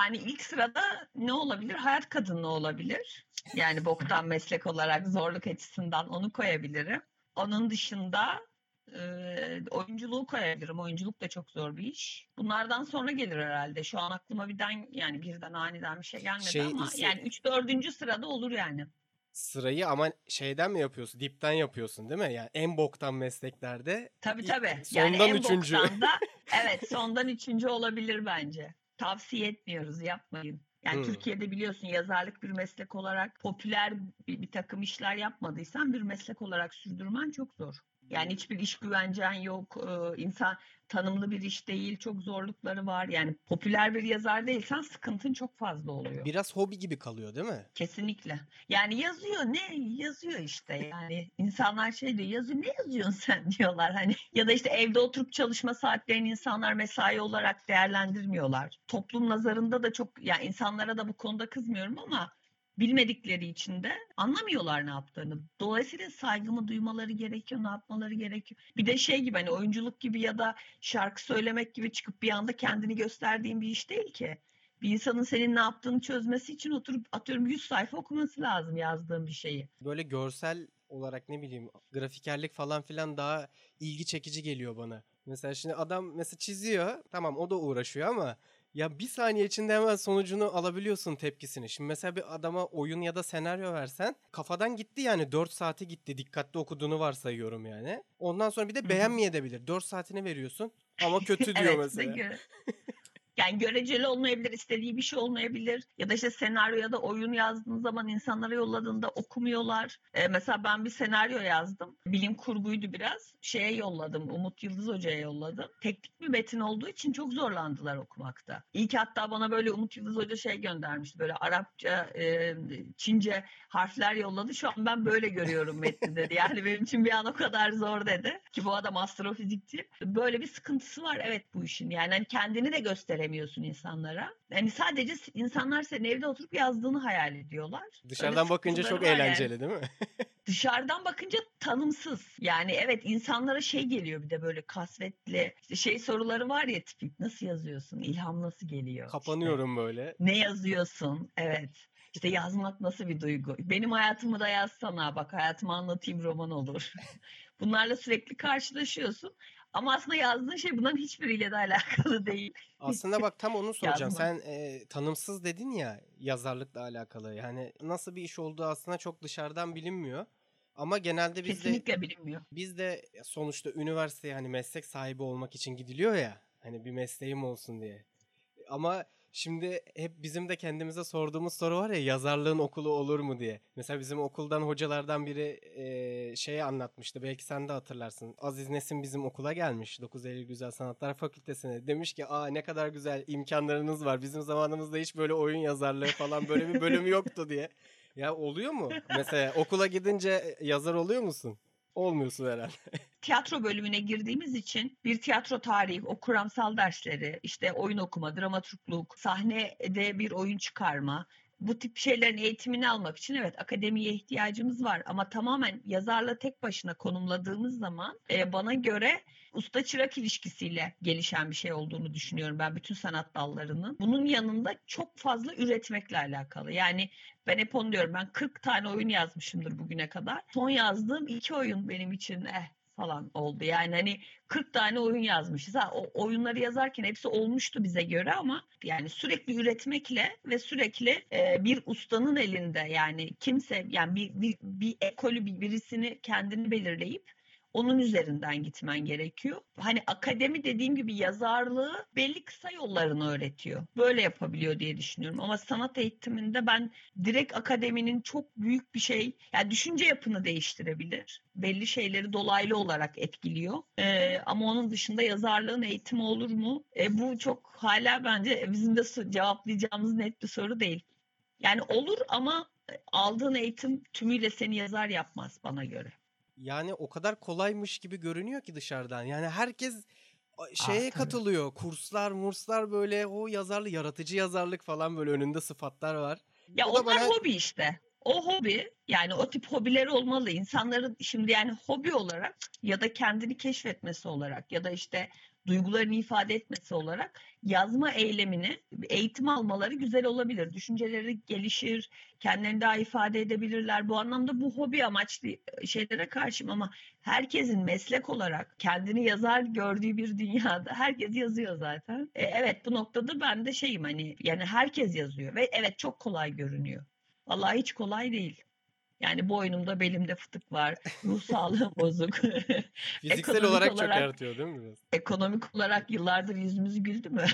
Yani ilk sırada ne olabilir? Hayat kadını olabilir. Yani boktan meslek olarak zorluk açısından onu koyabilirim. Onun dışında oyunculuğu koyabilirim. Oyunculuk da çok zor bir iş. Bunlardan sonra gelir herhalde. Şu an aklıma birden aniden bir şey gelmedi Şey ama yani 3-4. sırada olur yani. sırayı ama şeyden mi yapıyorsun? Dipten yapıyorsun değil mi? Yani en boktan mesleklerde Tabii tabii. Yani sondan en üçüncü. boktan da evet sondan 3. olabilir bence. Tavsiye etmiyoruz, yapmayın. Yani Hmm. Türkiye'de biliyorsun yazarlık bir meslek olarak popüler bir takım işler yapmadıysan bir meslek olarak sürdürmen çok zor. Yani hiçbir iş güvencen yok. İnsan tanımlı bir iş değil. Çok zorlukları var. Yani popüler bir yazar değilsen sıkıntın çok fazla oluyor. Biraz hobi gibi kalıyor değil mi? Kesinlikle. Yani yazıyor ne yazıyor işte yani insanlar şey diyor yazıyor ne yazıyorsun sen diyorlar hani ya da işte evde oturup çalışma saatlerini insanlar mesai olarak değerlendirmiyorlar. Toplum nazarında da çok yani insanlara da bu konuda kızmıyorum ama bilmedikleri için de anlamıyorlar ne yaptığını. Dolayısıyla saygımı duymaları gerekiyor, ne yapmaları gerekiyor. Bir de şey gibi hani oyunculuk gibi ya da şarkı söylemek gibi çıkıp bir anda kendini gösterdiğin bir iş değil ki. Bir insanın senin ne yaptığını çözmesi için oturup atıyorum 100 sayfa okuması lazım yazdığın bir şeyi. Böyle görsel olarak ne bileyim grafikerlik falan filan daha ilgi çekici geliyor bana. Mesela şimdi adam mesela çiziyor. Tamam o da uğraşıyor ama ya bir saniye içinde hemen sonucunu alabiliyorsun tepkisini. Şimdi mesela bir adama oyun ya da senaryo versen kafadan gitti yani 4 saati gitti. Dikkatli okuduğunu varsayıyorum yani. Ondan sonra bir de Hı hı. beğenmeyebilir. 4 saatini veriyorsun ama kötü diyor Evet, de mesela. yani göreceli olmayabilir, istediği bir şey olmayabilir. Ya da işte senaryo ya da oyun yazdığın zaman insanlara yolladığında okumuyorlar. Mesela ben bir senaryo yazdım. Bilim kurguydu biraz. Şeye yolladım, Umut Yıldız Hoca'ya yolladım. Teknik bir metin olduğu için çok zorlandılar okumakta. İlk hatta bana böyle Umut Yıldız Hoca şey göndermişti. Böyle Arapça, Çince harfler yolladı. Şu an ben böyle görüyorum metni dedi. Yani benim için bir an o kadar zor dedi. Ki bu adam astrofizikçi. Böyle bir sıkıntısı var evet bu işin. Yani hani kendini de gösteremiyorsun insanlara. Yani sadece insanlar senin evde oturup yazdığını hayal ediyorlar. Öyle Dışarıdan bakınca sıkıntıları çok var yani. eğlenceli değil mi? Dışarıdan bakınca tanımsız. Yani evet insanlara şey geliyor bir de böyle kasvetli işte şey soruları var ya tipik nasıl yazıyorsun? İlham nasıl geliyor? İşte Kapanıyorum böyle. ne yazıyorsun? Evet. İşte yazmak nasıl bir duygu? Benim hayatımı da yazsana. Bak hayatımı anlatayım roman olur. Bunlarla sürekli karşılaşıyorsun. Ama aslında yazdığın şey bunların hiçbiriyle de alakalı değil. Aslında bak tam onu soracağım. Yazmak. Sen tanımsız dedin ya yazarlıkla alakalı. Yani nasıl bir iş olduğu aslında çok dışarıdan bilinmiyor. Ama genelde Kesinlikle bilinmiyor. bizde sonuçta üniversiteye hani meslek sahibi olmak için gidiliyor ya. Hani bir mesleğim olsun diye. Ama şimdi hep bizim de kendimize sorduğumuz soru var ya yazarlığın okulu olur mu diye. Mesela bizim okuldan hocalardan biri şey anlatmıştı. Belki sen de hatırlarsın. Aziz Nesin bizim okula gelmiş. 9 Eylül Güzel Sanatlar Fakültesine. Demiş ki aa ne kadar güzel imkanlarınız var. Bizim zamanımızda hiç böyle oyun yazarlığı falan böyle bir bölüm yoktu diye. Ya oluyor mu? Mesela okula gidince yazar oluyor musun? Olmuyorsun herhalde. Tiyatro bölümüne girdiğimiz için bir tiyatro tarihi, o kuramsal dersleri, işte oyun okuma, dramaturgluk, sahnede bir oyun çıkarma, bu tip şeylerin eğitimini almak için evet akademiye ihtiyacımız var ama tamamen yazarla tek başına konumladığımız zaman bana göre usta çırak ilişkisiyle gelişen bir şey olduğunu düşünüyorum ben bütün sanat dallarının. Bunun yanında çok fazla üretmekle alakalı. Yani ben hep onu diyorum. Ben 40 tane oyun yazmışımdır bugüne kadar. Son yazdığım 2 oyun benim için falan oldu. Yani hani 40 tane oyun yazmışız. Ha, o oyunları yazarken hepsi olmuştu bize göre ama yani sürekli üretmekle ve sürekli bir ustanın elinde yani kimse yani bir ekolü birisini kendini belirleyip onun üzerinden gitmen gerekiyor. Hani akademi dediğim gibi yazarlığı belli kısa yollarını öğretiyor. Böyle yapabiliyor diye düşünüyorum. Ama sanat eğitiminde ben direkt akademinin çok büyük bir şey, yani düşünce yapını değiştirebilir. Belli şeyleri dolaylı olarak etkiliyor. Ama onun dışında yazarlığın eğitimi olur mu? Bu çok hala bence bizim de cevaplayacağımız net bir soru değil. Yani olur ama aldığın eğitim tümüyle seni yazar yapmaz bana göre. Yani o kadar kolaymış gibi görünüyor ki dışarıdan. Yani herkes Aa şeye tabii. katılıyor. Murslar böyle o yazarlı, yaratıcı yazarlık falan böyle önünde sıfatlar var. Ya O da onlar bana hobi işte. O hobi yani o tip hobiler olmalı. İnsanların şimdi yani hobi olarak ya da kendini keşfetmesi olarak ya da işte duygularını ifade etmesi olarak yazma eylemini, eğitim almaları güzel olabilir. Düşünceleri gelişir, kendilerini daha ifade edebilirler. Bu anlamda bu hobi amaçlı şeylere karşıyım ama herkesin meslek olarak kendini yazar gördüğü bir dünyada herkes yazıyor zaten. Evet, bu noktada ben de şeyim, hani yani herkes yazıyor ve evet, çok kolay görünüyor. Vallahi hiç kolay değil. Yani boynumda belimde fıtık var, ruh sağlığım bozuk. Fiziksel Ekonomik olarak çok olarak artıyor değil mi biraz? Ekonomik olarak yıllardır yüzümüz güldü mü?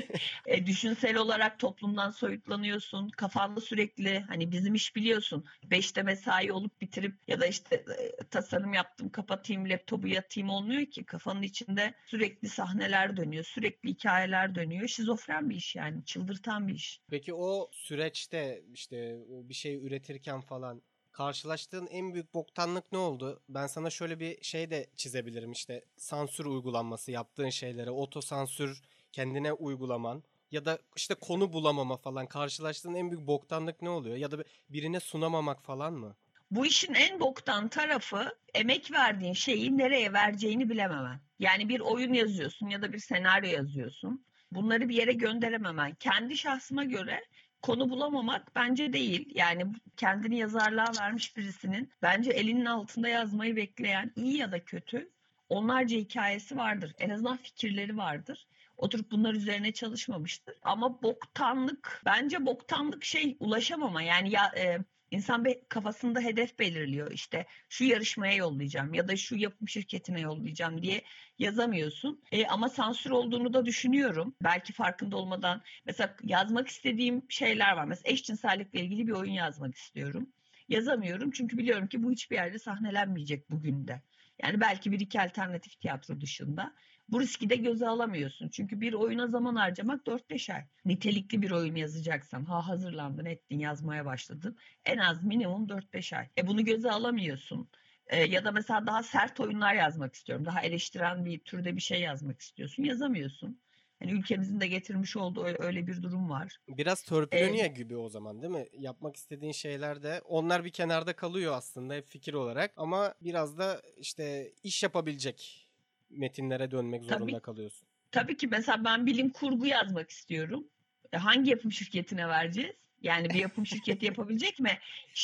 Düşünsel olarak toplumdan soyutlanıyorsun. Kafanda sürekli, hani bizim iş biliyorsun, 5'te mesai olup bitirip ya da işte tasarım yaptım kapatayım laptopu yatayım olmuyor ki. Kafanın içinde sürekli sahneler dönüyor. Sürekli hikayeler dönüyor. Şizofren bir iş yani. Çıldırtan bir iş. Peki o süreçte işte bir şey üretirken falan karşılaştığın en büyük boktanlık ne oldu? Ben sana şöyle bir şey de çizebilirim, işte sansür uygulanması, yaptığın şeylere otosansür kendine uygulaman ya da işte konu bulamama falan, karşılaştığın en büyük boktanlık ne oluyor? Ya da birine sunamamak falan mı? Bu işin en boktan tarafı, emek verdiğin şeyi nereye vereceğini bilememen. Yani bir oyun yazıyorsun ya da bir senaryo yazıyorsun. Bunları bir yere gönderememen. Kendi şahsıma göre konu bulamamak bence değil. Yani kendini yazarlığa vermiş birisinin bence elinin altında yazmayı bekleyen, iyi ya da kötü, onlarca hikayesi vardır. En azından fikirleri vardır. Oturup bunlar üzerine çalışmamıştır. Ama boktanlık, bence boktanlık şey ulaşamama. Yani İnsan bir kafasında hedef belirliyor, işte şu yarışmaya yollayacağım ya da şu yapım şirketine yollayacağım diye yazamıyorsun. Ama sansür olduğunu da düşünüyorum. Belki farkında olmadan, mesela yazmak istediğim şeyler var. Mesela eşcinsellikle ilgili bir oyun yazmak istiyorum. Yazamıyorum çünkü biliyorum ki bu hiçbir yerde sahnelenmeyecek bugün de. Yani belki bir iki alternatif tiyatro dışında. Bu riski de göze alamıyorsun. Çünkü bir oyuna zaman harcamak 4-5 ay. Nitelikli bir oyun yazacaksan, hazırlandın, ettin, yazmaya başladın. En az minimum 4-5 ay. Bunu göze alamıyorsun. Ya da mesela daha sert oyunlar yazmak istiyorum. Daha eleştiren bir türde bir şey yazmak istiyorsun. Yazamıyorsun. Yani ülkemizin de getirmiş olduğu öyle bir durum var. Biraz E, törpüleniyor gibi o zaman değil mi? Yapmak istediğin şeyler de onlar bir kenarda kalıyor aslında hep fikir olarak, ama biraz da işte iş yapabilecek metinlere dönmek zorunda tabii kalıyorsun. tabii ki mesela ben bilim kurgu yazmak istiyorum. Hangi yapım şirketine vereceğiz? Yani bir yapım şirketi yapabilecek mi?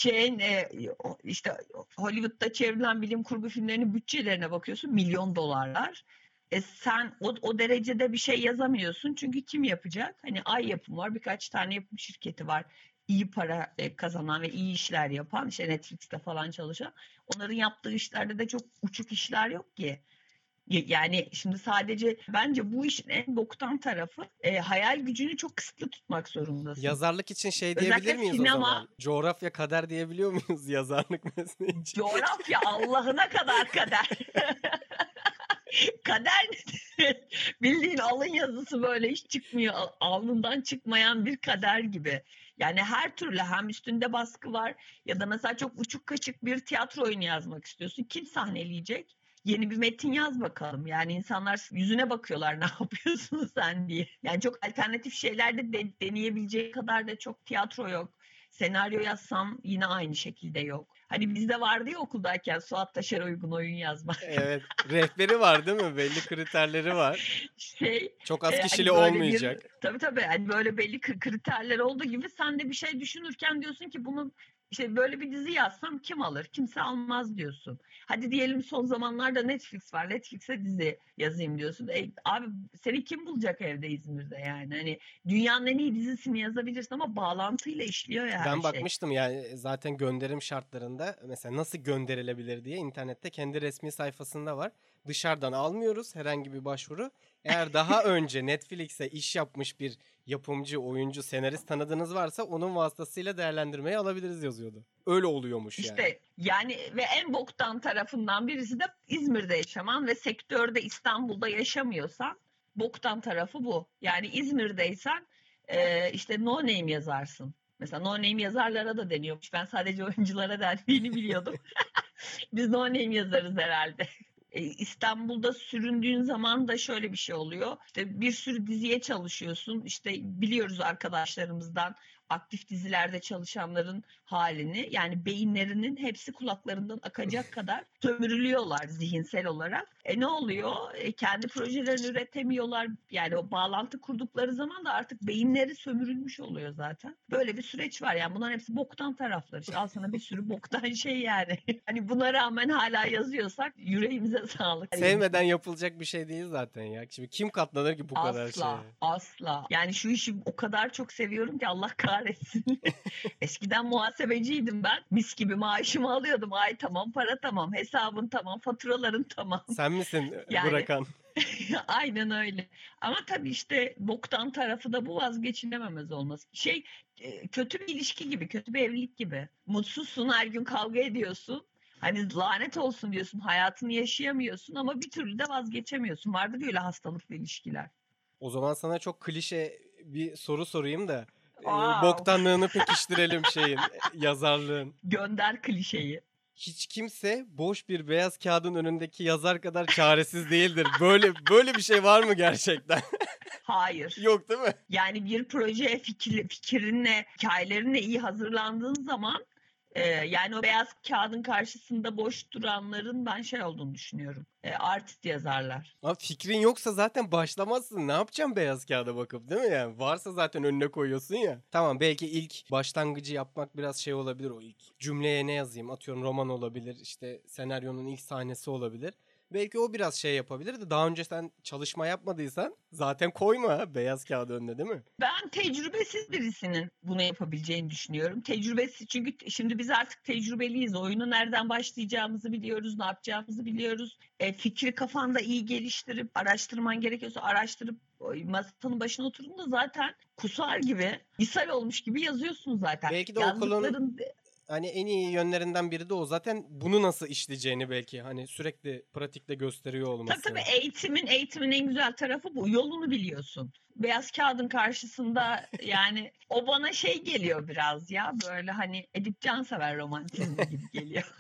İşte Hollywood'da çevrilen bilim kurgu filmlerinin bütçelerine bakıyorsun, milyon dolarlar. Sen o derecede bir şey yazamıyorsun çünkü kim yapacak? Hani Ay Yapım var, birkaç tane yapım şirketi var. İyi para kazanan ve iyi işler yapan, işte Netflix'te falan çalışan. Onların yaptığı işlerde de çok uçuk işler yok ki. Yani şimdi sadece bence bu işin en boktan tarafı, hayal gücünü çok kısıtlı tutmak zorundasın. Yazarlık için şey diyebilir Özellikle miyiz o sinema, zaman? Coğrafya kader diyebiliyor muyuz yazarlık mesleği için? coğrafya Allah'ına kadar kader. Kader bildiğin alın yazısı, böyle hiç çıkmıyor. Alnından çıkmayan bir kader gibi. Yani her türlü, hem üstünde baskı var ya da mesela çok uçuk kaçık bir tiyatro oyunu yazmak istiyorsun. Kim sahneleyecek? Yeni bir metin yaz bakalım. Yani insanlar yüzüne bakıyorlar, ne yapıyorsun sen diye. Yani çok alternatif şeyler de deneyebileceği kadar da çok tiyatro yok. Senaryo yazsam yine aynı şekilde yok. Hani bizde vardı ya okuldayken, Suat Taşer'e uygun oyun yazmak. Evet. Rehberi var değil mi? Belli kriterleri var. Şey Çok az kişili Hani böyle bir, olmayacak. tabii hani böyle belli kriterler olduğu gibi sen de bir şey düşünürken diyorsun ki bunu, işte böyle bir dizi yazsam kim alır? Kimse almaz diyorsun. Hadi diyelim son zamanlarda Netflix var. Netflix'e dizi yazayım diyorsun. Abi, seni kim bulacak evde İzmir'de yani? Hani dünyanın en iyi dizisini yazabilirsin ama bağlantıyla işliyor ya her Ben şey. bakmıştım yani zaten gönderim şartlarında mesela nasıl gönderilebilir diye internette kendi resmi sayfasında var. Dışarıdan almıyoruz herhangi bir başvuru. Eğer daha önce Netflix'e iş yapmış bir yapımcı, oyuncu, senarist tanıdığınız varsa onun vasıtasıyla değerlendirmeye alabiliriz yazıyordu. Öyle oluyormuş yani. İşte yani ve en boktan tarafından birisi de İzmir'de yaşaman ve sektörde İstanbul'da yaşamıyorsan, boktan tarafı bu. Yani İzmir'deysen işte no name yazarsın. Mesela no name yazarlara da deniyormuş. Ben sadece oyunculara dendiğini biliyordum. Biz no name yazarız herhalde. İstanbul'da süründüğün zaman da şöyle bir şey oluyor. İşte bir sürü diziye çalışıyorsun. İşte biliyoruz arkadaşlarımızdan, aktif dizilerde çalışanların halini, yani beyinlerinin hepsi kulaklarından akacak kadar sömürülüyorlar zihinsel olarak. Ne oluyor? Kendi projelerini üretemiyorlar. Yani o bağlantı kurdukları zaman da artık beyinleri sömürülmüş oluyor zaten. Böyle bir süreç var. Yani bunların hepsi boktan taraflar. İşte al sana bir sürü boktan şey yani. Hani buna rağmen hala yazıyorsak yüreğimize sağlık. Sevmeden yapılacak bir şey değil zaten ya. Şimdi kim katlanır ki bu kadar Asla, şeye? asla. Yani şu işi o kadar çok seviyorum ki Allah kahretsin. Eskiden muhasebeciydim ben. Mis gibi maaşımı alıyordum. Ay tamam, para tamam, hesabın tamam, faturaların tamam. Sen misin Yani bırakan? aynen öyle. Ama tabii işte boktan tarafı da bu, vazgeçilememez olması. Kötü bir ilişki gibi, kötü bir evlilik gibi. Mutsuzsun, her gün kavga ediyorsun. Hani lanet olsun diyorsun, hayatını yaşayamıyorsun ama bir türlü de vazgeçemiyorsun. Vardır öyle hastalıklı ilişkiler. O zaman sana çok klişe bir soru sorayım da Wow. boktanlığını pekiştirelim şeyin, yazarlığın. Gönder klişeyi. Hiç kimse boş bir beyaz kağıdın önündeki yazar kadar çaresiz değildir. Böyle bir şey var mı gerçekten? Hayır. Yok değil mi? Yani bir projeye fikrinle, hikayelerinle iyi hazırlandığın zaman yani o beyaz kağıdın karşısında boş duranların ben şey olduğunu düşünüyorum. Artist yazarlar. Ama fikrin yoksa zaten başlamazsın. Ne yapacağım beyaz kağıda bakıp, değil mi yani? Varsa zaten önüne koyuyorsun ya. Tamam, belki ilk başlangıcı yapmak biraz şey olabilir o ilk. Cümleye ne yazayım? Atıyorum roman olabilir. İşte senaryonun ilk sahnesi olabilir. Belki o biraz şey yapabilir de daha önce sen çalışma yapmadıysan zaten koyma beyaz kağıdı önüne, değil mi? Ben tecrübesiz birisinin bunu yapabileceğini düşünüyorum. Tecrübesiz, çünkü şimdi biz artık tecrübeliyiz. Oyunu nereden başlayacağımızı biliyoruz, ne yapacağımızı biliyoruz. Fikri kafanda iyi geliştirip, araştırman gerekiyorsa araştırıp masanın başına oturduğunda zaten kusar gibi, ishal olmuş gibi yazıyorsun zaten. Belki de okulun Yazdıkların hani en iyi yönlerinden biri de o. Zaten bunu nasıl işleyeceğini belki hani sürekli pratikte gösteriyor tabii olması. eğitimin en güzel tarafı bu. Yolunu biliyorsun. Beyaz kağıdın karşısında yani o bana şey geliyor biraz ya, böyle hani Edip Cansever romantizmi gibi geliyor.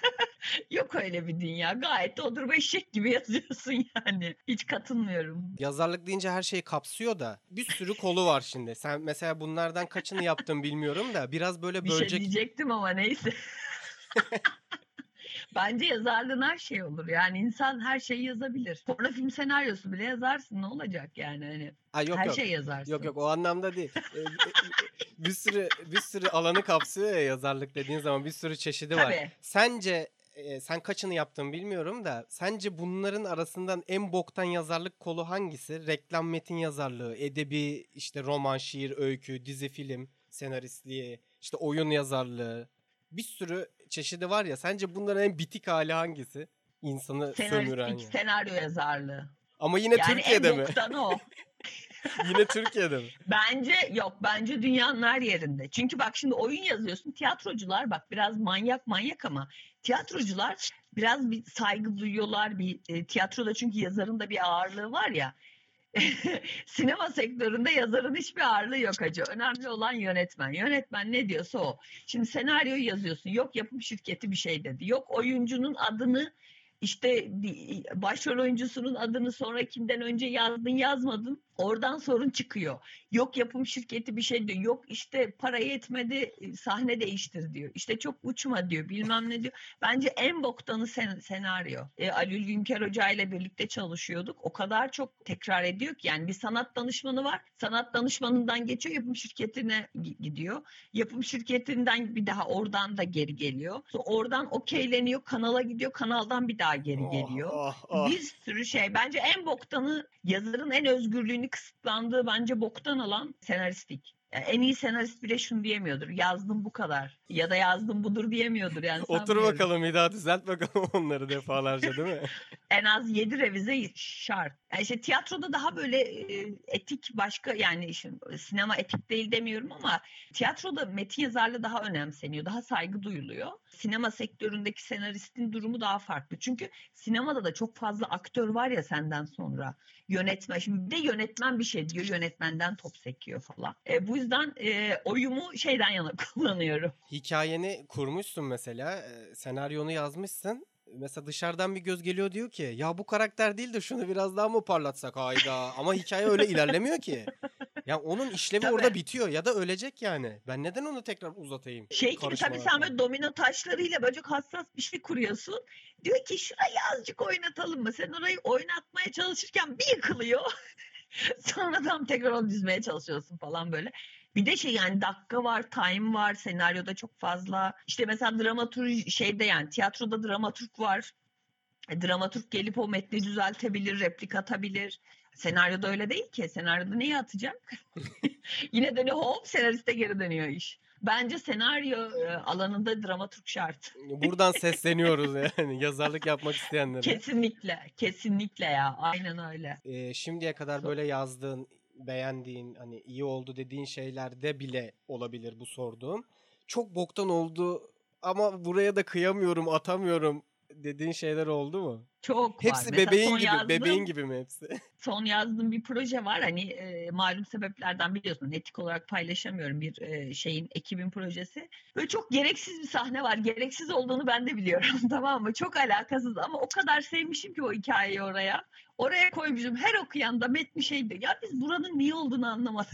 Yok öyle bir dünya. Gayet de odur eşek gibi yazıyorsun yani. Hiç katılmıyorum. Yazarlık deyince her şeyi kapsıyor da bir sürü kolu var şimdi. Sen mesela bunlardan kaçını yaptın bilmiyorum da biraz böyle Bir şey bölecek. diyecektim ama neyse. Bence yazarlığın her şey olur. Yani insan her şeyi yazabilir. Porno film senaryosu bile yazarsın. Ne olacak yani? Hani Ha, yok her yok. şey Yok yazarsın. yok, o anlamda değil. Bir sürü alanı kapsıyor ya yazarlık dediğin zaman, bir sürü çeşidi var. Tabii. Sence sen kaçını yaptın bilmiyorum da sence bunların arasından en boktan yazarlık kolu hangisi? Reklam metin yazarlığı, edebi işte roman, şiir, öykü, dizi, film, senaristliği, işte oyun yazarlığı. Bir sürü çeşidi var ya. Sence bunların en bitik hali hangisi? İnsanı sömüren Senaristlik, ya. senaryo yazarlığı. Ama yine Yani en Türkiye'de mi? boktan o. Yine Türkiye'de mi? Bence dünyanın her yerinde. Çünkü bak şimdi oyun yazıyorsun. Tiyatrocular bak biraz manyak ama tiyatrocular biraz bir saygı duyuyorlar. Tiyatroda çünkü yazarın da bir ağırlığı var ya. Sinema sektöründe yazarın hiçbir ağırlığı yok hacı. Önemli olan yönetmen. Yönetmen ne diyorsa o. Şimdi senaryoyu yazıyorsun. Yok yapım şirketi bir şey dedi. Yok oyuncunun adını, işte başrol oyuncusunun adını sonrakinden önce yazdın yazmadın. Oradan sorun çıkıyor. Yok yapım şirketi bir şey diyor. Yok işte para yetmedi, sahne değiştir diyor. İşte çok uçma diyor, bilmem ne diyor. Bence en boktanı senaryo. Ali Ülker Hoca ile birlikte çalışıyorduk. O kadar çok tekrar ediyor ki, yani bir sanat danışmanı var. Sanat danışmanından geçiyor, yapım şirketine gidiyor. Yapım şirketinden bir daha oradan da geri geliyor. Sonra oradan okeyleniyor, kanala gidiyor. Kanaldan bir daha geri Oh geliyor. oh oh. Bir sürü şey. Bence en boktanı, yazarın en özgürlüğünü kısıtlandığı bence boktan alan senaristlik. Yani en iyi senarist bile şunu diyemiyordur. Yazdım bu kadar. Ya da yazdım budur diyemiyordur yani, Otur sanmıyorum. bakalım, bir daha düzelt bakalım onları defalarca, değil mi? En az 7 revize şart. Yani işte tiyatroda daha böyle etik başka, yani şimdi sinema etik değil demiyorum ama tiyatroda metin yazarlığı daha önemseniyor. Daha saygı duyuluyor. Sinema sektöründeki senaristin durumu daha farklı. Çünkü sinemada da çok fazla aktör var ya senden sonra. Yönetmen. Şimdi bir de yönetmen bir şey diyor. Yönetmenden top sekiyor falan. Bu yüzden oyumu şeyden yana kullanıyorum. Hikayeni kurmuşsun mesela, senaryonu yazmışsın. Mesela dışarıdan bir göz geliyor, diyor ki ya bu karakter değil de şunu biraz daha mı parlatsak, hayda. Ama hikaye öyle ilerlemiyor ki. Ya onun işlevi orada Tabii. bitiyor ya da ölecek yani. Ben neden onu tekrar uzatayım? Şey gibi tabii Karışmalar sen falan. böyle domino taşlarıyla böyle çok hassas bir şey kuruyorsun. Diyor ki şurayı azıcık oynatalım mı? Sen orayı oynatmaya çalışırken bir yıkılıyor. Sonra tam tekrar onu dizmeye çalışıyorsun falan böyle. Bir de şey yani dakika var, time var, senaryoda çok fazla. İşte mesela dramaturg şeyde yani tiyatroda dramaturg var. Dramaturg gelip o metni düzeltebilir, replik atabilir. Senaryoda öyle değil ki. Senaryoda neyi atacak? Yine dönüyor hop senariste geri dönüyor iş. Bence senaryo alanında dramaturg şart. Buradan sesleniyoruz yani yazarlık yapmak isteyenlere. Kesinlikle, kesinlikle ya. Aynen öyle. Şimdiye kadar böyle yazdığın, beğendiğin, hani iyi oldu dediğin şeylerde bile olabilir bu sorduğum. Çok boktan oldu ama buraya da kıyamıyorum, atamıyorum dediğin şeyler oldu mu? Çok var. Hepsi Mesela bebeğin gibi, bebeğin gibi mi hepsi? son yazdığım bir proje var. Hani malum sebeplerden biliyorsun etik olarak paylaşamıyorum bir şeyin ekibin projesi. Böyle çok gereksiz bir sahne var. Gereksiz olduğunu ben de biliyorum tamam mı? Çok alakasız ama o kadar sevmişim ki o hikayeyi oraya. Oraya koymuşum. Her okuyan da metni şey diyor. Ya biz buranın niye olduğunu anlamadık.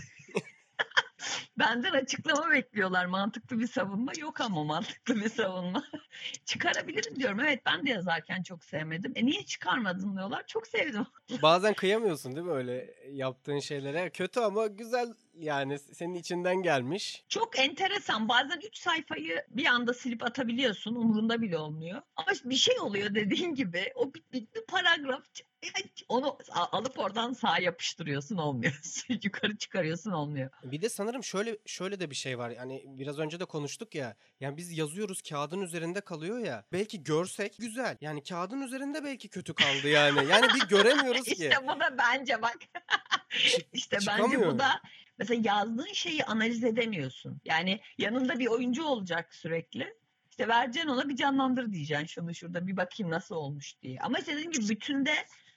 Benden açıklama bekliyorlar. Mantıklı bir savunma yok ama mantıklı bir savunma. Çıkarabilirim diyorum. Evet ben de yazarken çok sevmedim. Niye çıkarmadın diyorlar. Çok sevdim. Bazen kıyamıyorsun değil mi öyle yaptığın şeylere? Kötü ama güzel yani senin içinden gelmiş. Çok enteresan. Bazen 3 sayfayı bir anda silip atabiliyorsun. Umurunda bile olmuyor. Ama bir şey oluyor dediğin gibi. O bir paragraf onu alıp oradan sağa yapıştırıyorsun olmuyor. Yukarı çıkarıyorsun olmuyor. Bir de sanırım şöyle de bir şey var. Yani biraz önce de konuştuk ya. Yani biz yazıyoruz kağıdın üzerinde kalıyor ya. Belki görsek güzel. Yani kağıdın üzerinde belki kötü kaldı yani. Yani bir göremiyoruz ki. İşte bu da bence bak. İşte bence bu Çıkamıyor. da mesela yazdığın şeyi analiz edemiyorsun. Yani yanında bir oyuncu olacak sürekli. İşte vereceksin ona bir canlandır diyeceksin şunu şurada bir bakayım nasıl olmuş diye. Ama işte dediğim gibi bütünde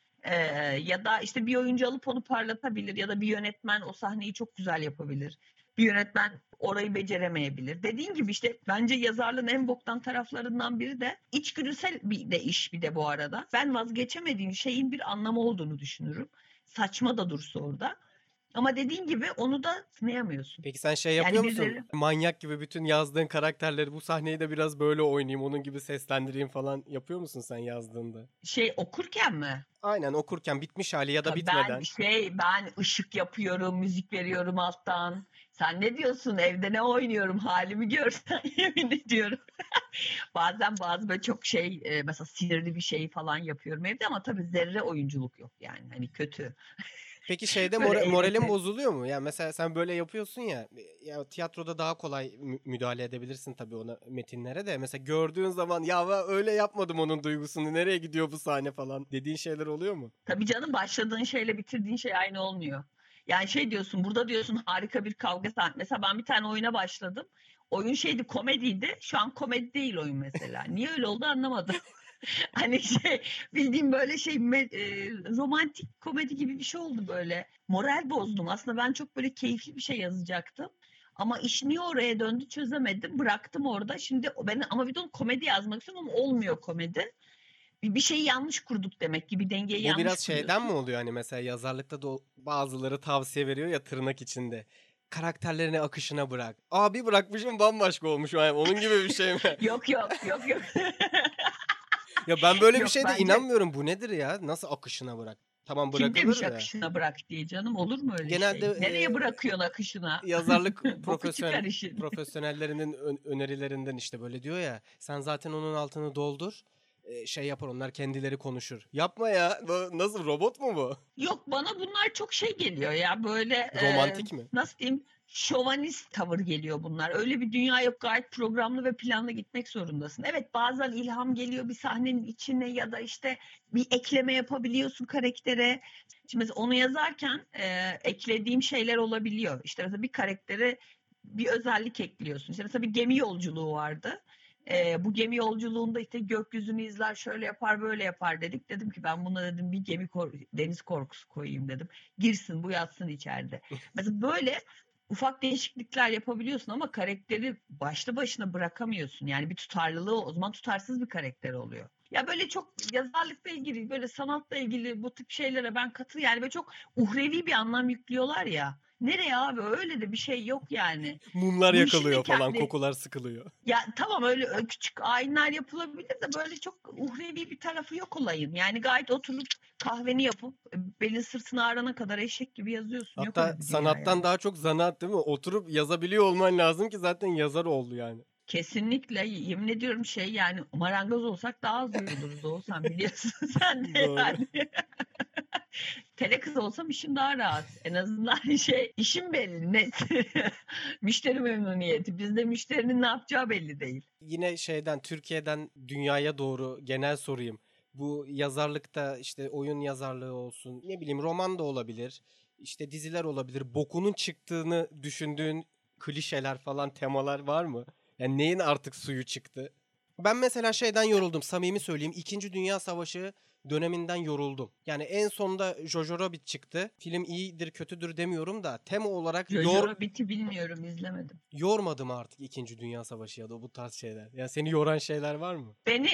ya da işte bir oyuncu alıp onu parlatabilir ya da bir yönetmen o sahneyi çok güzel yapabilir. Bir yönetmen orayı beceremeyebilir. Dediğin gibi işte bence yazarlığın en boktan taraflarından biri de içgüdüsel bir de iş bir de bu arada. Ben vazgeçemediğim şeyin bir anlamı olduğunu düşünürüm. Saçma da dursa orada. Ama dediğin gibi onu da sınayamıyorsun. Peki sen şey Yani yapıyor musun? birileri Manyak gibi bütün yazdığın karakterleri bu sahneyi de biraz böyle oynayayım, onun gibi seslendireyim falan yapıyor musun sen yazdığında? şey okurken mi? Aynen okurken bitmiş hali ya da Tabii ben bitmeden. ben ışık yapıyorum, müzik veriyorum alttan. Sen ne diyorsun? Evde ne oynuyorum? Halimi görsen yemin ediyorum. Bazen bazı böyle çok şey mesela sinirli bir şey falan yapıyorum evde ama tabii zerre oyunculuk yok yani. Hani kötü. Peki şeyde Böyle moralin eğleti. bozuluyor mu? Yani mesela sen böyle yapıyorsun ya, ya tiyatroda daha kolay müdahale edebilirsin tabii ona metinlere de. Mesela gördüğün zaman ya ben öyle yapmadım onun duygusunu, nereye gidiyor bu sahne falan dediğin şeyler oluyor mu? Tabii canım başladığın şeyle bitirdiğin şey aynı olmuyor. Yani şey diyorsun burada diyorsun harika bir kavga sahne. Mesela ben bir tane oyuna başladım. Oyun şeydi komediydi. Şu an komedi değil oyun mesela. Niye öyle oldu anlamadım. Hani şey bildiğim böyle şey romantik komedi gibi bir şey oldu böyle. Moral bozdum. Aslında ben çok böyle keyifli bir şey yazacaktım. Ama iş niye oraya döndü çözemedim. Bıraktım orada. Şimdi ben ama bir de onu komedi yazmak istiyorum ama olmuyor komedi. Bir şeyi yanlış kurduk demek ki bir dengeyi Bu yanlış biraz şeyden mi kuruyorsun. oluyor hani mesela yazarlıkta da bazıları tavsiye veriyor ya tırnak içinde. Karakterlerini akışına bırak. Abi bırakmışım bambaşka olmuş. Yani onun gibi bir şey mi? Yok yok yok yok. Ya ben böyle bir Yok şeyde bence inanmıyorum. Bu nedir ya? Nasıl akışına bırak? Tamam kim demiş bırakılır da. akışına bırak diye canım olur mu öyle Genelde şey? Nereye bırakıyorsun akışına? yazarlık Boku çıkar işin. profesyonellerinin önerilerinden işte böyle diyor ya. Sen zaten onun altını doldur. Şey yapar onlar kendileri konuşur. Yapma ya. Bu nasıl robot mu bu? Yok bana bunlar çok şey geliyor ya böyle Romantik mi? nasıl diyeyim şovanist tavır geliyor bunlar. Öyle bir dünya yok gayet programlı ve planlı gitmek zorundasın. Evet bazen ilham geliyor bir sahnenin içine ya da işte bir ekleme yapabiliyorsun karaktere. Şimdi mesela onu yazarken eklediğim şeyler olabiliyor. İşte mesela bir karaktere bir özellik ekliyorsun. İşte mesela bir gemi yolculuğu vardı. Bu gemi yolculuğunda işte gökyüzünü izler şöyle yapar böyle yapar dedik. Dedim ki ben buna dedim bir deniz korkusu koyayım dedim. Girsin bu yatsın içeride. Mesela böyle ufak değişiklikler yapabiliyorsun ama karakteri başlı başına bırakamıyorsun. Yani bir tutarlılığı o zaman tutarsız bir karakter oluyor. Ya böyle çok yazarlıkla ilgili böyle sanatla ilgili bu tip şeylere ben yani böyle çok uhrevi bir anlam yüklüyorlar ya. Nereye abi, öyle de bir şey yok yani. Mumlar Bu işin de yakılıyor falan, kendi, kokular sıkılıyor. ya tamam öyle küçük ayinler yapılabilir de böyle çok uhrevi bir tarafı yok olayın. Yani gayet oturup kahveni yapıp belin sırtına ağrına kadar eşek gibi yazıyorsun. Yok Hatta öyle bir dünya sanattan yani. daha çok zanaat değil mi? Oturup yazabiliyor olman lazım ki zaten yazar oldu yani. Kesinlikle yemin ediyorum şey yani, marangoz olsak daha az yoruluruz Oğuzhan, biliyorsun sen de Doğru. yani. Tele kız olsam işim daha rahat. En azından şey, işim belli, net. Müşteri memnuniyeti. Bizde müşterinin ne yapacağı belli değil. Yine şeyden, Türkiye'den dünyaya doğru genel sorayım. Bu yazarlıkta işte oyun yazarlığı olsun, ne bileyim roman da olabilir, işte diziler olabilir. Bokunun çıktığını düşündüğün klişeler falan, temalar var mı? Yani neyin artık suyu çıktı? Ben mesela şeyden yoruldum, samimi söyleyeyim. İkinci Dünya Savaşı döneminden yoruldum. Yani en sonda Jojo Rabbit çıktı. Film iyidir kötüdür demiyorum da tema olarak Jojo Rabbit'i bilmiyorum, izlemedim. yormadım artık İkinci Dünya Savaşı ya da bu tarz şeyler. Ya seni yoran şeyler var mı?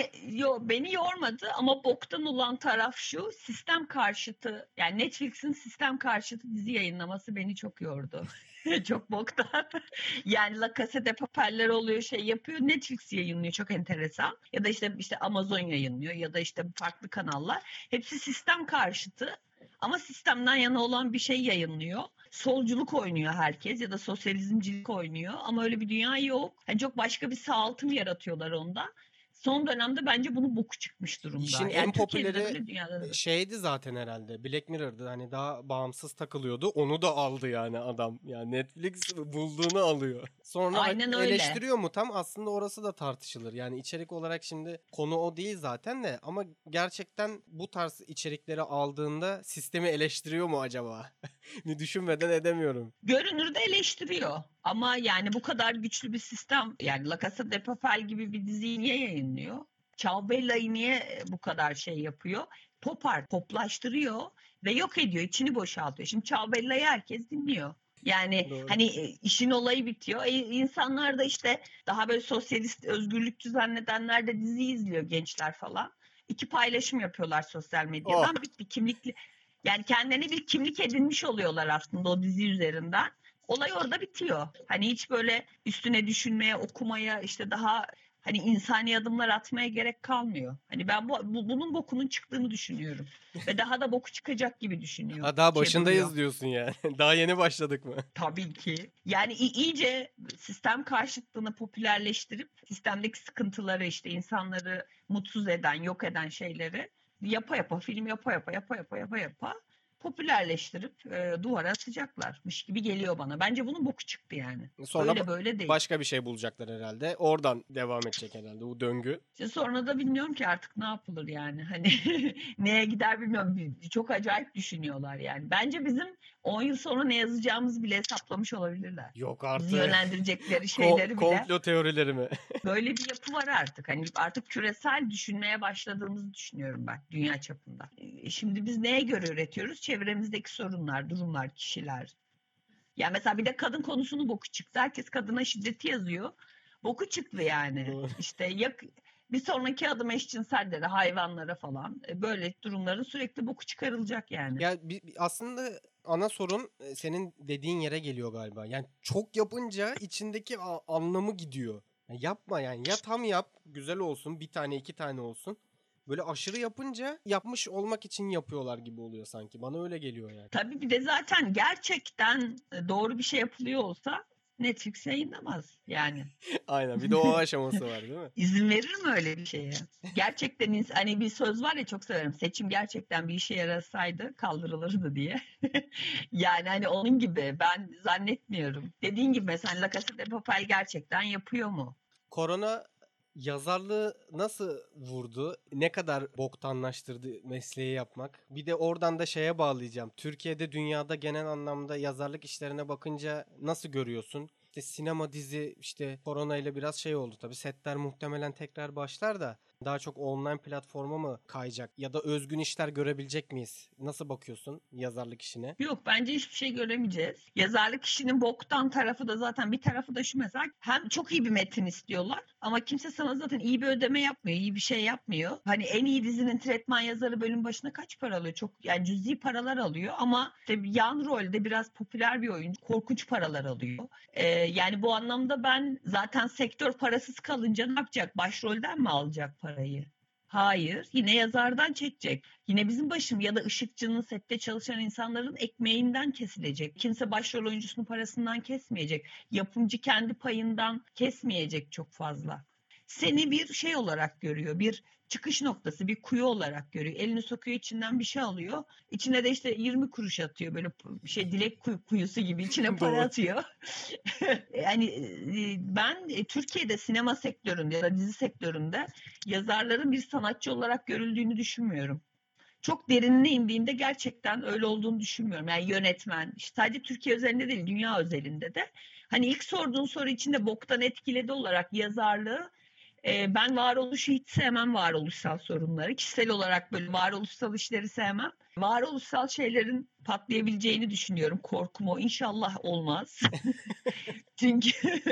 Beni yormadı ama boktan olan taraf şu: sistem karşıtı, yani Netflix'in sistem karşıtı dizi yayınlaması beni çok yordu. Çok boktan. Yani La Casa de Papel'ler oluyor, şey yapıyor. Netflix yayınlıyor, çok enteresan. Ya da işte Amazon yayınlıyor ya da işte farklı kanallar. Hepsi sistem karşıtı ama sistemden yana olan bir şey yayınlıyor. Solculuk oynuyor herkes ya da sosyalizmcilik oynuyor ama öyle bir dünya yok. Yani çok başka bir sağaltım yaratıyorlar onda. Son dönemde bence bunun boku çıkmış durumda. İşin Yani en Türkiye'de de popüleri böyle, dünyada da böyle. şeydi zaten herhalde. Black Mirror'dı. Hani daha bağımsız takılıyordu. Onu da aldı yani adam. Yani Netflix bulduğunu alıyor. Sonra Aynen öyle. eleştiriyor mu tam? Aslında orası da tartışılır. Yani içerik olarak şimdi konu o değil zaten de. Ama gerçekten bu tarz içerikleri aldığında sistemi eleştiriyor mu acaba? Bir düşünmeden edemiyorum. Görünürde eleştiriyor. Ama yani bu kadar güçlü bir sistem, yani La Casa de Papel gibi bir diziyi niye yayınlıyor? Ciao Bella'yı niye bu kadar şey yapıyor? Poplaştırıyor ve yok ediyor, içini boşaltıyor. Şimdi Ciao Bella'yı herkes dinliyor. Yani Doğru. hani işin olayı bitiyor. İnsanlar da işte daha böyle sosyalist, özgürlükçü zannedenler de dizi izliyor, gençler falan. İki paylaşım yapıyorlar sosyal Oh. medyadan. Bir kimlikli, yani kendilerine bir kimlik edinmiş oluyorlar aslında o dizi üzerinden. Olay orada bitiyor. Hani hiç böyle üstüne düşünmeye, okumaya, işte daha hani insani adımlar atmaya gerek kalmıyor. Hani ben bunun bokunun çıktığını düşünüyorum. Ve daha da boku çıkacak gibi düşünüyor. Ha, daha Şey duruyor. başındayız diyorsun yani. Daha yeni başladık mı? Tabii ki. Yani iyice sistem karşıtlığını popülerleştirip sistemdeki sıkıntıları, işte insanları mutsuz eden, yok eden şeyleri yapa yapa, film yapa yapa popülerleştirip duvara asacaklarmış gibi geliyor bana. Bence bunun boku çıktı yani. Sonra Öyle böyle değil. başka bir şey bulacaklar herhalde. Oradan devam edecek herhalde bu döngü. İşte sonra da bilmiyorum ki artık ne yapılır yani. Hani neye gider bilmiyorum. Çok acayip düşünüyorlar yani. Bence bizim 10 yıl sonra ne yazacağımızı bile hesaplamış olabilirler. Yok Bizi artık. yönlendirecekleri şeyleri bile. Komplo teorileri mi? Böyle bir yapı var artık. Hani artık küresel düşünmeye başladığımızı düşünüyorum ben, dünya çapında. Şimdi biz neye göre üretiyoruz? Çevremizdeki sorunlar, durumlar, kişiler. Ya mesela bir de kadın konusunun boku çıktı. Herkes kadına şiddeti yazıyor. Boku çıktı yani. Doğru. İşte bir sonraki adım eşcinsellere, hayvanlara falan. Böyle durumların sürekli boku çıkarılacak yani. Ya aslında ana sorun senin dediğin yere geliyor galiba. Yani çok yapınca içindeki anlamı gidiyor. Ya yapma yani, ya tam yap, güzel olsun, bir tane iki tane olsun. Böyle aşırı yapınca yapmış olmak için yapıyorlar gibi oluyor sanki. Bana öyle geliyor yani. Tabii bir de zaten gerçekten doğru bir şey yapılıyor olsa Netflix yayınlamaz yani. Aynen, bir de o aşaması var değil mi? İzin verir mi öyle bir şeye? Gerçekten hani bir söz var ya, çok severim. Seçim gerçekten bir işe yarasaydı kaldırılırdı diye. Yani hani onun gibi ben zannetmiyorum. Dediğin gibi mesela La Casa de Papel gerçekten yapıyor mu? Korona yazarlığı nasıl vurdu? Ne kadar boktanlaştırdı mesleği yapmak? Bir de oradan da şeye bağlayacağım. Türkiye'de, dünyada genel anlamda yazarlık işlerine bakınca nasıl görüyorsun? İşte sinema, dizi, işte korona ile biraz şey oldu tabii. Setler muhtemelen tekrar başlar da Daha çok online platforma mı kayacak? Ya da özgün işler görebilecek miyiz? Nasıl bakıyorsun yazarlık işine? Yok, bence hiçbir şey göremeyeceğiz. Yazarlık işinin boktan tarafı da zaten, bir tarafı da şu mesela, hem çok iyi bir metin istiyorlar ama kimse sana zaten iyi bir ödeme yapmıyor, iyi bir şey yapmıyor. Hani en iyi dizinin tretman yazarı bölüm başına kaç para alıyor? Çok, yani cüzi paralar alıyor ama işte yan rolde biraz popüler bir oyuncu korkunç paralar alıyor. Yani bu anlamda ben zaten sektör parasız kalınca ne yapacak? Başrolden mi alacak parayı? Hayır, yine yazardan çekecek. Yine bizim başım ya da ışıkçının, sette çalışan insanların ekmeğinden kesilecek. Kimse başrol oyuncusunun parasından kesmeyecek. Yapımcı kendi payından kesmeyecek çok fazla. Seni bir şey olarak görüyor, bir çıkış noktası, bir kuyu olarak görüyor. Elini sokuyor, içinden bir şey alıyor. İçine de işte 20 kuruş atıyor, böyle bir şey, dilek kuyusu gibi içine para Doğru. atıyor. Yani ben Türkiye'de sinema sektöründe ya da dizi sektöründe yazarların bir sanatçı olarak görüldüğünü düşünmüyorum. Çok derinine indiğinde gerçekten öyle olduğunu düşünmüyorum. Yani yönetmen, işte sadece Türkiye özelinde değil, dünya özelinde de. Hani ilk sorduğun soru içinde boktan etkiledi olarak yazarlığı, ben varoluşu hiç sevmem, varoluşsal sorunları. Kişisel olarak böyle varoluşsal işleri sevmem. Varoluşsal şeylerin patlayabileceğini düşünüyorum. Korkum o. İnşallah olmaz. Çünkü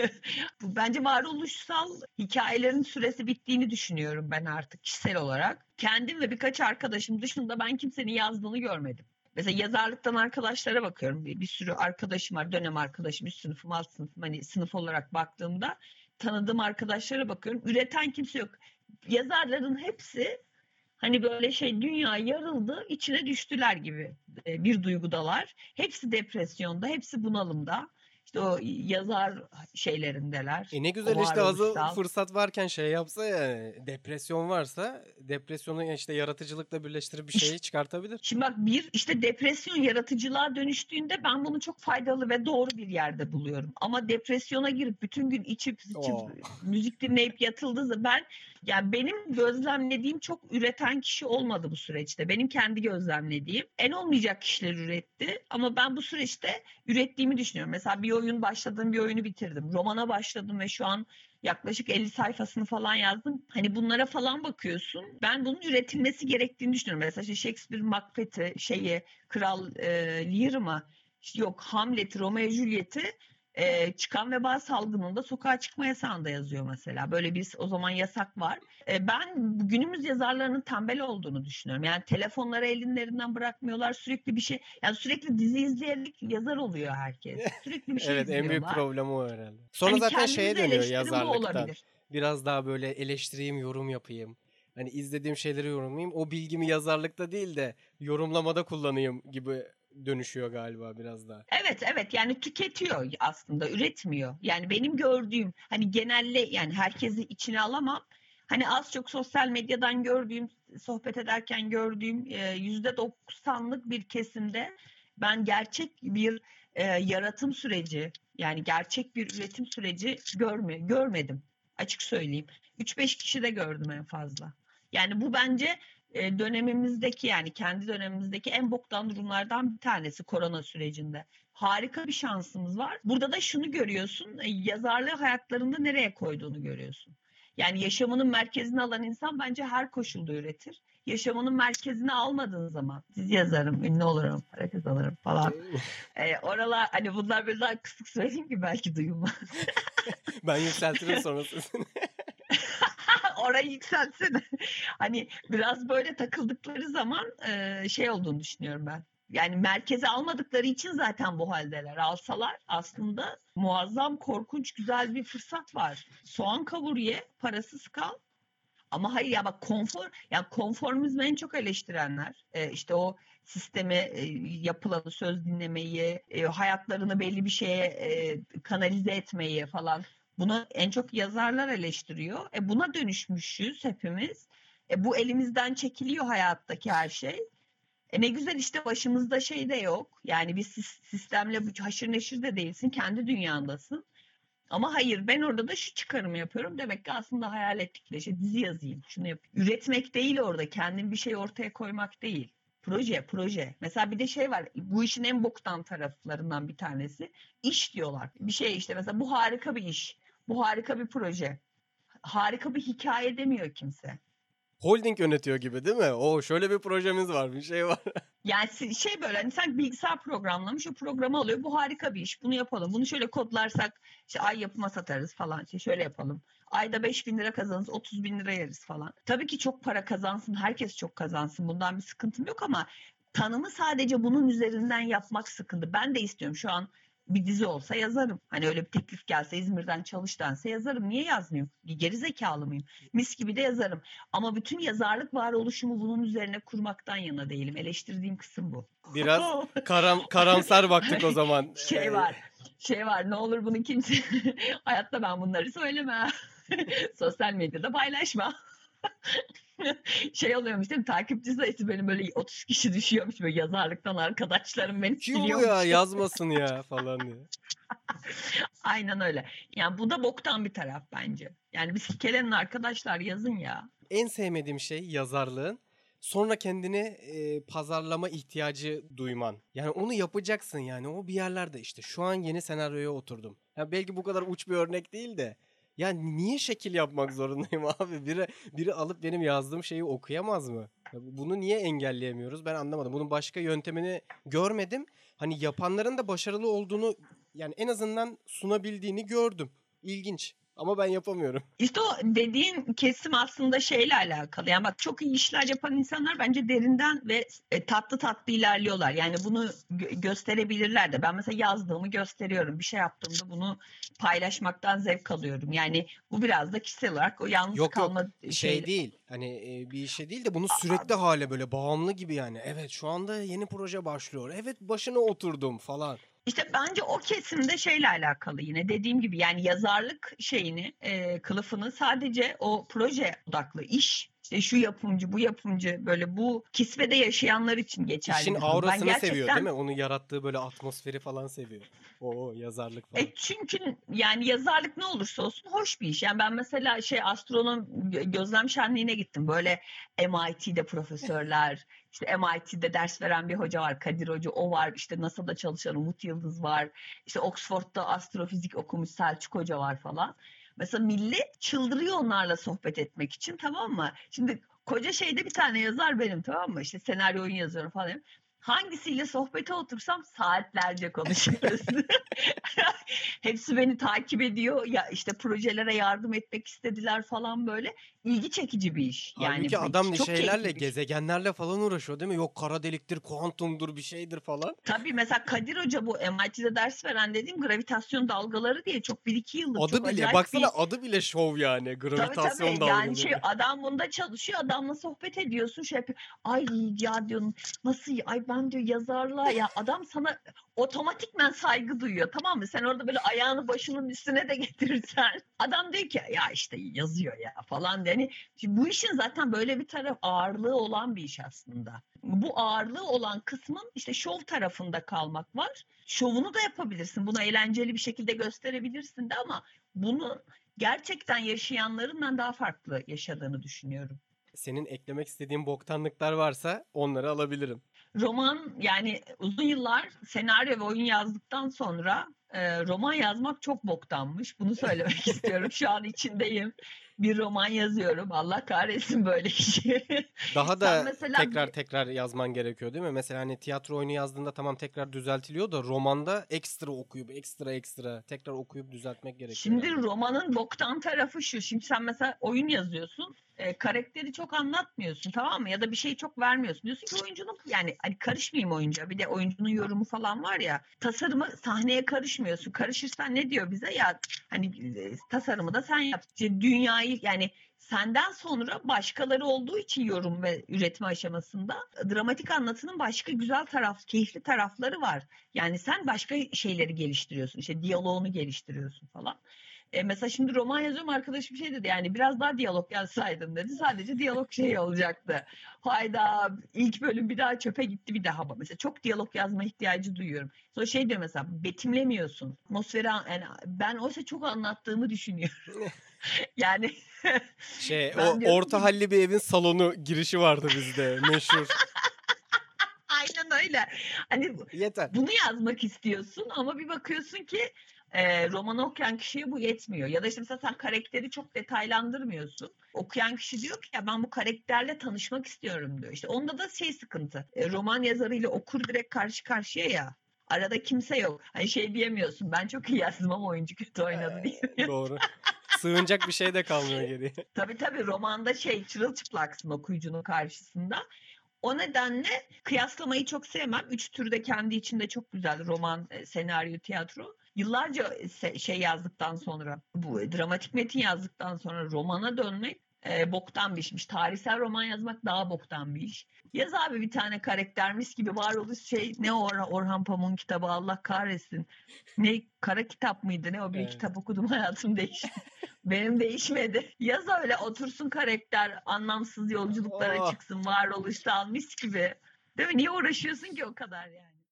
bence varoluşsal hikayelerin süresi bittiğini düşünüyorum ben artık kişisel olarak. Kendim ve birkaç arkadaşım dışında ben kimsenin yazdığını görmedim. Mesela yazarlıktan arkadaşlara bakıyorum. Bir sürü arkadaşım var. Dönem arkadaşım, üst sınıfım, alt sınıfım. Hani sınıf olarak baktığımda tanıdığım arkadaşlara bakıyorum. Üreten kimse yok. Yazarların hepsi hani böyle şey, dünya yarıldı, içine düştüler gibi bir duygudalar. Hepsi depresyonda, hepsi bunalımda. İşte o yazar şeylerindeler. Ne O güzel işte, hazır varoluşsal. fırsat varken şey yapsa, yani depresyon varsa depresyonu işte yaratıcılıkla birleştirip bir şeyi çıkartabilir. Şimdi bak, bir işte depresyon yaratıcılığa dönüştüğünde ben bunu çok faydalı ve doğru bir yerde buluyorum. Ama depresyona girip bütün gün içip Oo. müzik dinleyip yatıldığı, ben, yani benim gözlemlediğim çok üreten kişi olmadı bu süreçte. Benim kendi gözlemlediğim en olmayacak kişiler üretti ama ben bu süreçte ürettiğimi düşünüyorum. Mesela bir oyun başladım, bir oyunu bitirdim. Romana başladım ve şu an yaklaşık 50 sayfasını falan yazdım. Hani bunlara falan bakıyorsun. Ben bunun üretilmesi gerektiğini düşünüyorum. Mesela işte Shakespeare Macbeth'i, Kral Lear mı? İşte yok, Hamlet'i, Romeo Juliet'i çıkan veba salgınında sokağa çıkma yasağında yazıyor mesela. Böyle bir o zaman yasak var. Ben günümüz yazarlarının tembel olduğunu düşünüyorum. Yani telefonları ellerinden bırakmıyorlar, sürekli bir şey. Yani sürekli dizi izleyerek yazar oluyor herkes. Sürekli bir şey Evet, en büyük izliyorlar. problem o herhalde. Sonra Hani zaten şeye kendimizi dönüyor eleştirin, bu yazarlıktan. olabilir. Biraz daha böyle eleştireyim, yorum yapayım. Hani izlediğim şeyleri yorumlayayım. O bilgimi yazarlıkta değil de yorumlamada kullanayım gibi dönüşüyor galiba biraz daha. Evet, evet, yani tüketiyor aslında, üretmiyor. Yani benim gördüğüm, hani genelle, yani herkesi içine alamam. Hani az çok sosyal medyadan gördüğüm, sohbet ederken gördüğüm %90'lık bir kesimde ben gerçek bir yaratım süreci, yani gerçek bir üretim süreci görmedim. Açık söyleyeyim. 3-5 kişi de gördüm en fazla. Yani bu bence dönemimizdeki, yani kendi dönemimizdeki en boktan durumlardan bir tanesi korona sürecinde. Harika bir şansımız var. Burada da şunu görüyorsun, yazarlığı hayatlarında nereye koyduğunu görüyorsun. Yani yaşamının merkezine alan insan bence her koşulda üretir. Yaşamının merkezine almadığın zaman, dizi yazarım, ünlü olurum, para kazanırım falan. Oralar, hani bunlar böyle daha kısık söyleyeyim ki belki duyulmaz. Ben yükseltirim sonra sesini. Orayı yükseltsene. Hani biraz böyle takıldıkları zaman şey olduğunu düşünüyorum ben. Yani merkeze almadıkları için zaten bu haldeler. Alsalar aslında muazzam, korkunç, güzel bir fırsat var. Soğan kavur ye, parasız kal. Ama hayır ya, bak, ya konformizmi en çok eleştirenler, işte o sisteme yapılanı, söz dinlemeyi, hayatlarını belli bir şeye kanalize etmeyi falan, buna en çok yazarlar eleştiriyor. Buna dönüşmüşüz hepimiz. Bu elimizden çekiliyor hayattaki her şey. Ne güzel, işte başımızda şey de yok. Yani bir sistemle haşır neşir de değilsin, kendi dünyandasın. Ama hayır, ben orada da şu çıkarımı yapıyorum. Demek ki aslında hayal ettikleri şey, dizi yazayım, şunu yapayım. Üretmek değil orada. Kendim bir şey ortaya koymak değil. Proje. Mesela bir de şey var. Bu işin en boktan taraflarından bir tanesi. İş diyorlar. Bir şey işte, mesela bu harika bir iş. Bu harika bir proje. Harika bir hikaye demiyor kimse. holding yönetiyor gibi değil mi? O şöyle bir projemiz var, bir şey var. Yani şey böyle hani sen bilgisayar programlamış o programı alıyor. Bu harika bir iş. Bunu yapalım. Bunu şöyle kodlarsak işte ay yapıma satarız falan. İşte şöyle yapalım. Ayda 5.000 lira kazanırız, 30.000 lira yeriz falan. Tabii ki çok para kazansın, herkes çok kazansın. Bundan bir sıkıntım yok ama tanımı sadece bunun üzerinden yapmak sıkıntı. Ben de istiyorum şu an bir dizi olsa yazarım. Hani öyle bir teklif gelse İzmir'den çalış dense yazarım. Niye yazmıyorum? Geri zekalı mıyım? Mis gibi de yazarım. Ama bütün yazarlık varoluşumu bunun üzerine kurmaktan yana değilim. Eleştirdiğim kısım bu. Biraz karamsar baktık o zaman. Şey var ne olur bunu kimse hayatta ben bunları söyleme. Sosyal medyada paylaşma. Şey oluyormuş değil mi? Takipçi sayısı benim böyle 30 kişi düşüyormuş böyle yazarlıktan arkadaşlarım beni Kim bu siliyormuş. ya yazmasın ya falan diye. Aynen öyle. Yani bu da boktan bir taraf bence. Yani bir sikelenin arkadaşlar yazın ya. En sevmediğim şey yazarlığın sonra kendini pazarlama ihtiyacı duyman. Yani onu yapacaksın yani o bir yerlerde işte şu an yeni senaryoya oturdum. Ya belki bu kadar uç bir örnek değil de yani niye şekil yapmak zorundayım abi? Biri alıp benim yazdığım şeyi okuyamaz mı? Ya bunu niye engelleyemiyoruz? Ben anlamadım. Bunun başka yöntemini görmedim. Hani yapanların da başarılı olduğunu yani en azından sunabildiğini gördüm. İlginç. Ama ben yapamıyorum. İşte o dediğin kesim aslında şeyle alakalı. Yani bak çok iyi işler yapan insanlar bence derinden ve tatlı tatlı ilerliyorlar. Yani bunu gösterebilirler de. Ben mesela yazdığımı gösteriyorum. Bir şey yaptığımda bunu paylaşmaktan zevk alıyorum. Yani bu biraz da kişisel olarak o yalnız Yok kalma şey değil. Hani bir işe değil de bunu sürekli hale böyle bağımlı gibi yani. Evet şu anda yeni proje başlıyor. Evet başına oturdum falan. İşte bence o kesimde şeyle alakalı yine dediğim gibi yani yazarlık şeyini kılıfını sadece o proje odaklı iş işte şu yapımcı bu yapımcı böyle bu kisvede yaşayanlar için İşin geçerli bir durum. Ben aurasını seviyor değil gerçekten mi? Onun yarattığı böyle atmosferi falan seviyor. O yazarlık falan. çünkü yani yazarlık ne olursa olsun hoş bir iş. Yani ben mesela astronom gözlem şenliğine gittim. Böyle MIT'de profesörler, işte MIT'de ders veren bir hoca var, Kadir Hoca, o var. İşte NASA'da çalışan Umut Yıldız var. İşte Oxford'da astrofizik okumuş Selçuk Hoca var falan. Mesela millet çıldırıyor onlarla sohbet etmek için, tamam mı? Şimdi koca şeyde bir tane yazar benim, tamam mı? İşte senaryo oyun yazıyorum falan. Hangisiyle sohbete otursam saatlerce konuşuyoruz. Hepsi beni takip ediyor. Ya işte projelere yardım etmek istediler falan böyle. İlgi çekici bir iş. Yani Halbuki adam çok şeylerle, keyifli bir iş. gezegenlerle falan uğraşıyor değil mi? Yok kara deliktir, kuantumdur bir şeydir falan. Tabii mesela Kadir Hoca bu MIT'de ders veren dediğim gravitasyon dalgaları diye çok 1-2 yıllık Adı çok bile acayip baksana bir adı bile şov yani. tabii Gravitasyon yani dalgaları. adam bunda çalışıyor, adamla sohbet ediyorsun şey yapıyor. Ay ya diyorsun nasıl ay ben diyor yazarlığa ya adam sana otomatikmen saygı duyuyor, tamam mı? Sen orada böyle ayağını başının üstüne de getirirsen adam diyor ki ya işte yazıyor ya falan yani bu işin zaten böyle bir taraf ağırlığı olan bir iş aslında. Bu ağırlığı olan kısmın işte şov tarafında kalmak var. Şovunu da yapabilirsin. Bunu eğlenceli bir şekilde gösterebilirsin de ama bunu gerçekten yaşayanların ben daha farklı yaşadığını düşünüyorum. Senin eklemek istediğin boktanlıklar varsa onları alabilirim. Roman yani uzun yıllar senaryo ve oyun yazdıktan sonra roman yazmak çok boktanmış. Bunu söylemek istiyorum. Şu an içindeyim. Bir roman yazıyorum. Allah kahretsin böyle işi. Daha Sen da mesela tekrar yazman gerekiyor değil mi? Mesela hani tiyatro oyunu yazdığında tamam tekrar düzeltiliyor da romanda ekstra okuyup ekstra tekrar okuyup düzeltmek gerekiyor şimdi herhalde. romanın boktan tarafı şu. Şimdi sen mesela oyun yazıyorsun. Karakteri çok anlatmıyorsun, tamam mı? Ya da bir şeyi çok vermiyorsun. Diyorsun ki oyuncunun yani hani karışmayayım oyuncuya. Bir de oyuncunun yorumu falan var ya. Tasarımı sahneye karışmıyorsun. Karışırsan ne diyor bize? Ya hani tasarımı da sen yap. İşte dünyayı yani senden sonra başkaları olduğu için yorum ve üretme aşamasında dramatik anlatının başka güzel keyifli tarafları var. Yani sen başka şeyleri geliştiriyorsun. İşte diyaloğunu geliştiriyorsun falan. Mesela şimdi roman yazıyorum, arkadaşım şey dedi yani biraz daha diyalog yazsaydın dedi. Sadece diyalog şey olacaktı. Hayda ilk bölüm bir daha çöpe gitti bir daha. Mesela çok diyalog yazma ihtiyacı duyuyorum. Sonra şey diyor mesela betimlemiyorsun. Atmosferi yani ben oysa çok anlattığımı düşünüyorum. Yani O ben diyorum orta ki halli bir evin salonu girişi vardı bizde meşhur. aynen öyle. Hani Yeter. bunu yazmak istiyorsun ama bir bakıyorsun ki Romanı okuyan kişiye bu yetmiyor. Ya da işte mesela sen karakteri çok detaylandırmıyorsun. Okuyan kişi diyor ki ya ben bu karakterle tanışmak istiyorum diyor. İşte onda da sıkıntı. Roman yazarıyla okur direkt karşı karşıya ya. Arada kimse yok. Hani şey diyemiyorsun. Ben çok iyi yazdım ama oyuncu kötü oynadı diyemiyorsun. Doğru. Sığınacak bir şey de kalmıyor geriye. Tabii romanda çırılçıplaksın okuyucunun karşısında. O nedenle kıyaslamayı çok sevmem. Üç tür de kendi içinde çok güzel. Roman, senaryo, tiyatro. Yıllarca şey yazdıktan sonra, bu dramatik metin yazdıktan sonra romana dönmek boktan bir işmiş. Tarihsel roman yazmak daha boktan bir iş. Yaz abi bir tane karaktermiş gibi varoluş ne Orhan Pamuk'un kitabı Allah kahretsin. Ne kara kitap mıydı ne o bir Evet. kitap okudum hayatım değişti. Benim değişmedi. Yaz öyle otursun karakter anlamsız yolculuklara Oh. çıksın varoluşsal mis gibi. Değil mi? Niye uğraşıyorsun ki o kadar yani?